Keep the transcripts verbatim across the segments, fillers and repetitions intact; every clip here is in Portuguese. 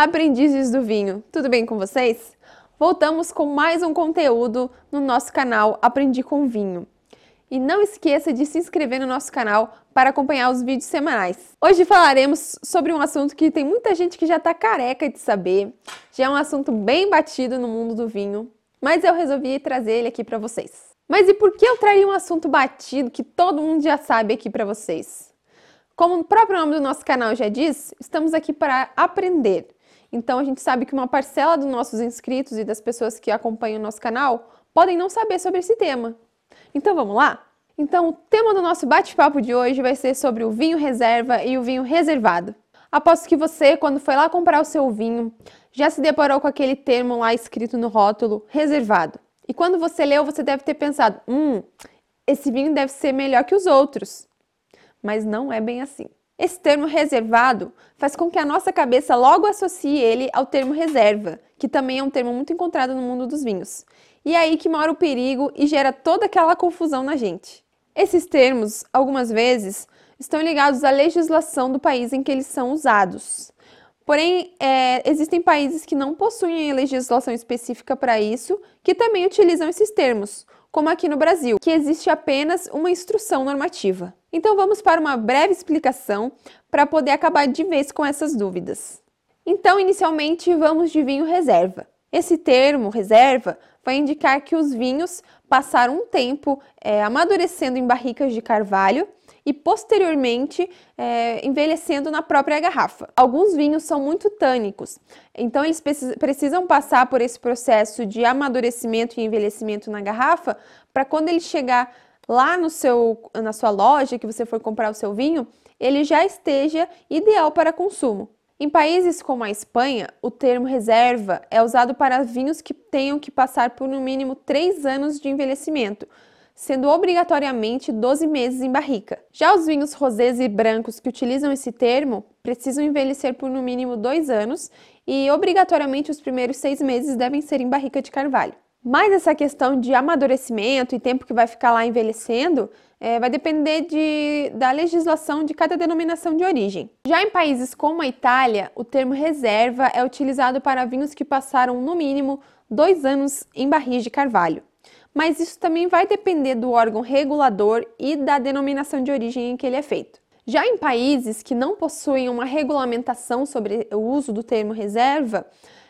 Olá, aprendizes do vinho! Tudo bem com vocês? Voltamos com mais um conteúdo no nosso canal Aprendi com Vinho. E não esqueça de se inscrever no nosso canal para acompanhar os vídeos semanais. Hoje falaremos sobre um assunto que tem muita gente que já está careca de saber. Já é um assunto bem batido no mundo do vinho, mas eu resolvi trazer ele aqui para vocês. Mas e por que eu traria um assunto batido que todo mundo já sabe aqui para vocês? Como o próprio nome do nosso canal já diz, estamos aqui para aprender. Então a gente sabe que uma parcela dos nossos inscritos e das pessoas que acompanham o nosso canal podem não saber sobre esse tema. Então vamos lá? Então o tema do nosso bate-papo de hoje vai ser sobre o vinho reserva e o vinho reservado. Aposto que você, quando foi lá comprar o seu vinho, já se deparou com aquele termo lá escrito no rótulo, reservado. E quando você leu, você deve ter pensado, hum, esse vinho deve ser melhor que os outros. Mas não é bem assim. Esse termo reservado faz com que a nossa cabeça logo associe ele ao termo reserva, que também é um termo muito encontrado no mundo dos vinhos. E é aí que mora o perigo e gera toda aquela confusão na gente. Esses termos, algumas vezes, estão ligados à legislação do país em que eles são usados. Porém, é, existem países que não possuem legislação específica para isso, que também utilizam esses termos, como aqui no Brasil, que existe apenas uma instrução normativa. Então vamos para uma breve explicação para poder acabar de vez com essas dúvidas. Então, inicialmente, vamos de vinho reserva. Esse termo, reserva, vai indicar que os vinhos passaram um tempo é, amadurecendo em barricas de carvalho e, posteriormente, é, envelhecendo na própria garrafa. Alguns vinhos são muito tânicos, então eles precisam passar por esse processo de amadurecimento e envelhecimento na garrafa para quando ele chegar lá no seu, na sua loja, que você for comprar o seu vinho, ele já esteja ideal para consumo. Em países como a Espanha, o termo reserva é usado para vinhos que tenham que passar por no mínimo três anos de envelhecimento, sendo obrigatoriamente doze meses em barrica. Já os vinhos rosés e brancos que utilizam esse termo precisam envelhecer por no mínimo dois anos e obrigatoriamente os primeiros seis meses devem ser em barrica de carvalho. Mas essa questão de amadurecimento e tempo que vai ficar lá envelhecendo é, vai depender de, da legislação de cada denominação de origem. Já em países como a Itália, o termo reserva é utilizado para vinhos que passaram no mínimo dois anos em barris de carvalho. Mas isso também vai depender do órgão regulador e da denominação de origem em que ele é feito. Já em países que não possuem uma regulamentação sobre o uso do termo reserva,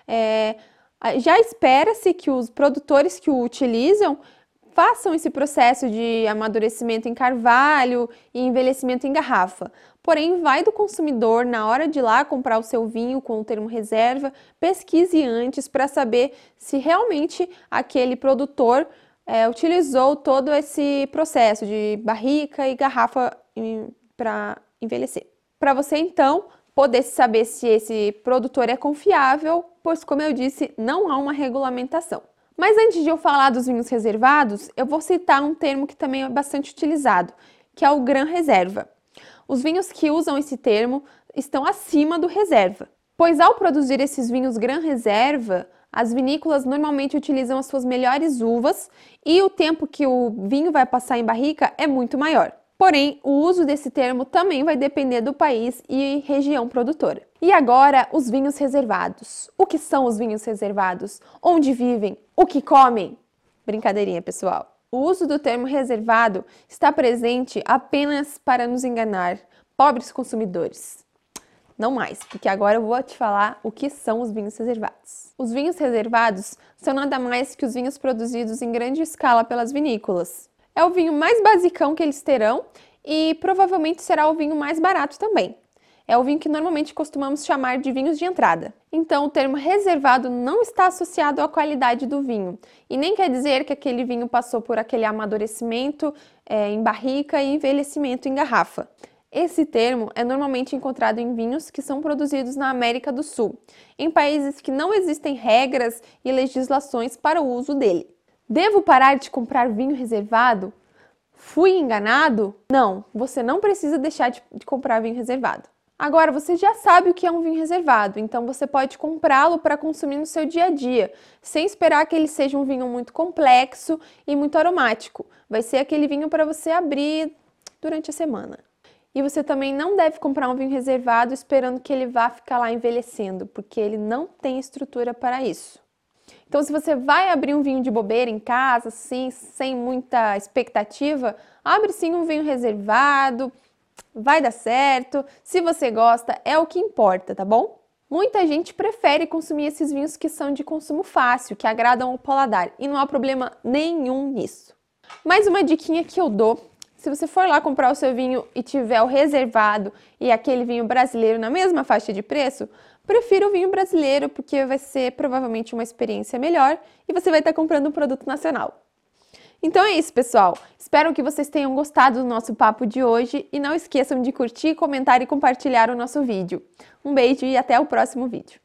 é, já espera-se que os produtores que o utilizam façam esse processo de amadurecimento em carvalho e envelhecimento em garrafa. Porém, vai do consumidor, na hora de ir lá comprar o seu vinho com o termo reserva, pesquise antes para saber se realmente aquele produtor é, utilizou todo esse processo de barrica e garrafa para envelhecer. Para você, então, poder saber se esse produtor é confiável, pois, como eu disse, não há uma regulamentação. Mas antes de eu falar dos vinhos reservados, eu vou citar um termo que também é bastante utilizado, que é o Gran Reserva. Os vinhos que usam esse termo estão acima do reserva, pois ao produzir esses vinhos Gran Reserva, as vinícolas normalmente utilizam as suas melhores uvas e o tempo que o vinho vai passar em barrica é muito maior. Porém, o uso desse termo também vai depender do país e região produtora. E agora, os vinhos reservados. O que são os vinhos reservados? Onde vivem? O que comem? Brincadeirinha, pessoal. O uso do termo reservado está presente apenas para nos enganar, pobres consumidores. Não mais, porque agora eu vou te falar o que são os vinhos reservados. Os vinhos reservados são nada mais que os vinhos produzidos em grande escala pelas vinícolas. É o vinho mais basicão que eles terão e provavelmente será o vinho mais barato também. É o vinho que normalmente costumamos chamar de vinhos de entrada. Então, o termo reservado não está associado à qualidade do vinho e nem quer dizer que aquele vinho passou por aquele amadurecimento é, em barrica e envelhecimento em garrafa. Esse termo é normalmente encontrado em vinhos que são produzidos na América do Sul, em países que não existem regras e legislações para o uso dele. Devo parar de comprar vinho reservado? Fui enganado? Não, você não precisa deixar de, de comprar vinho reservado. Agora, você já sabe o que é um vinho reservado, então você pode comprá-lo para consumir no seu dia a dia, sem esperar que ele seja um vinho muito complexo e muito aromático. Vai ser aquele vinho para você abrir durante a semana. E você também não deve comprar um vinho reservado esperando que ele vá ficar lá envelhecendo, porque ele não tem estrutura para isso. Então, se você vai abrir um vinho de bobeira em casa, assim, sem muita expectativa, abre sim um vinho reservado, vai dar certo. Se você gosta, é o que importa, tá bom? Muita gente prefere consumir esses vinhos que são de consumo fácil, que agradam ao paladar, e não há problema nenhum nisso. Mais uma diquinha que eu dou: se você for lá comprar o seu vinho e tiver o reservado e aquele vinho brasileiro na mesma faixa de preço, prefira o vinho brasileiro, porque vai ser provavelmente uma experiência melhor e você vai estar comprando um produto nacional. Então é isso, pessoal. Espero que vocês tenham gostado do nosso papo de hoje e não esqueçam de curtir, comentar e compartilhar o nosso vídeo. Um beijo e até o próximo vídeo.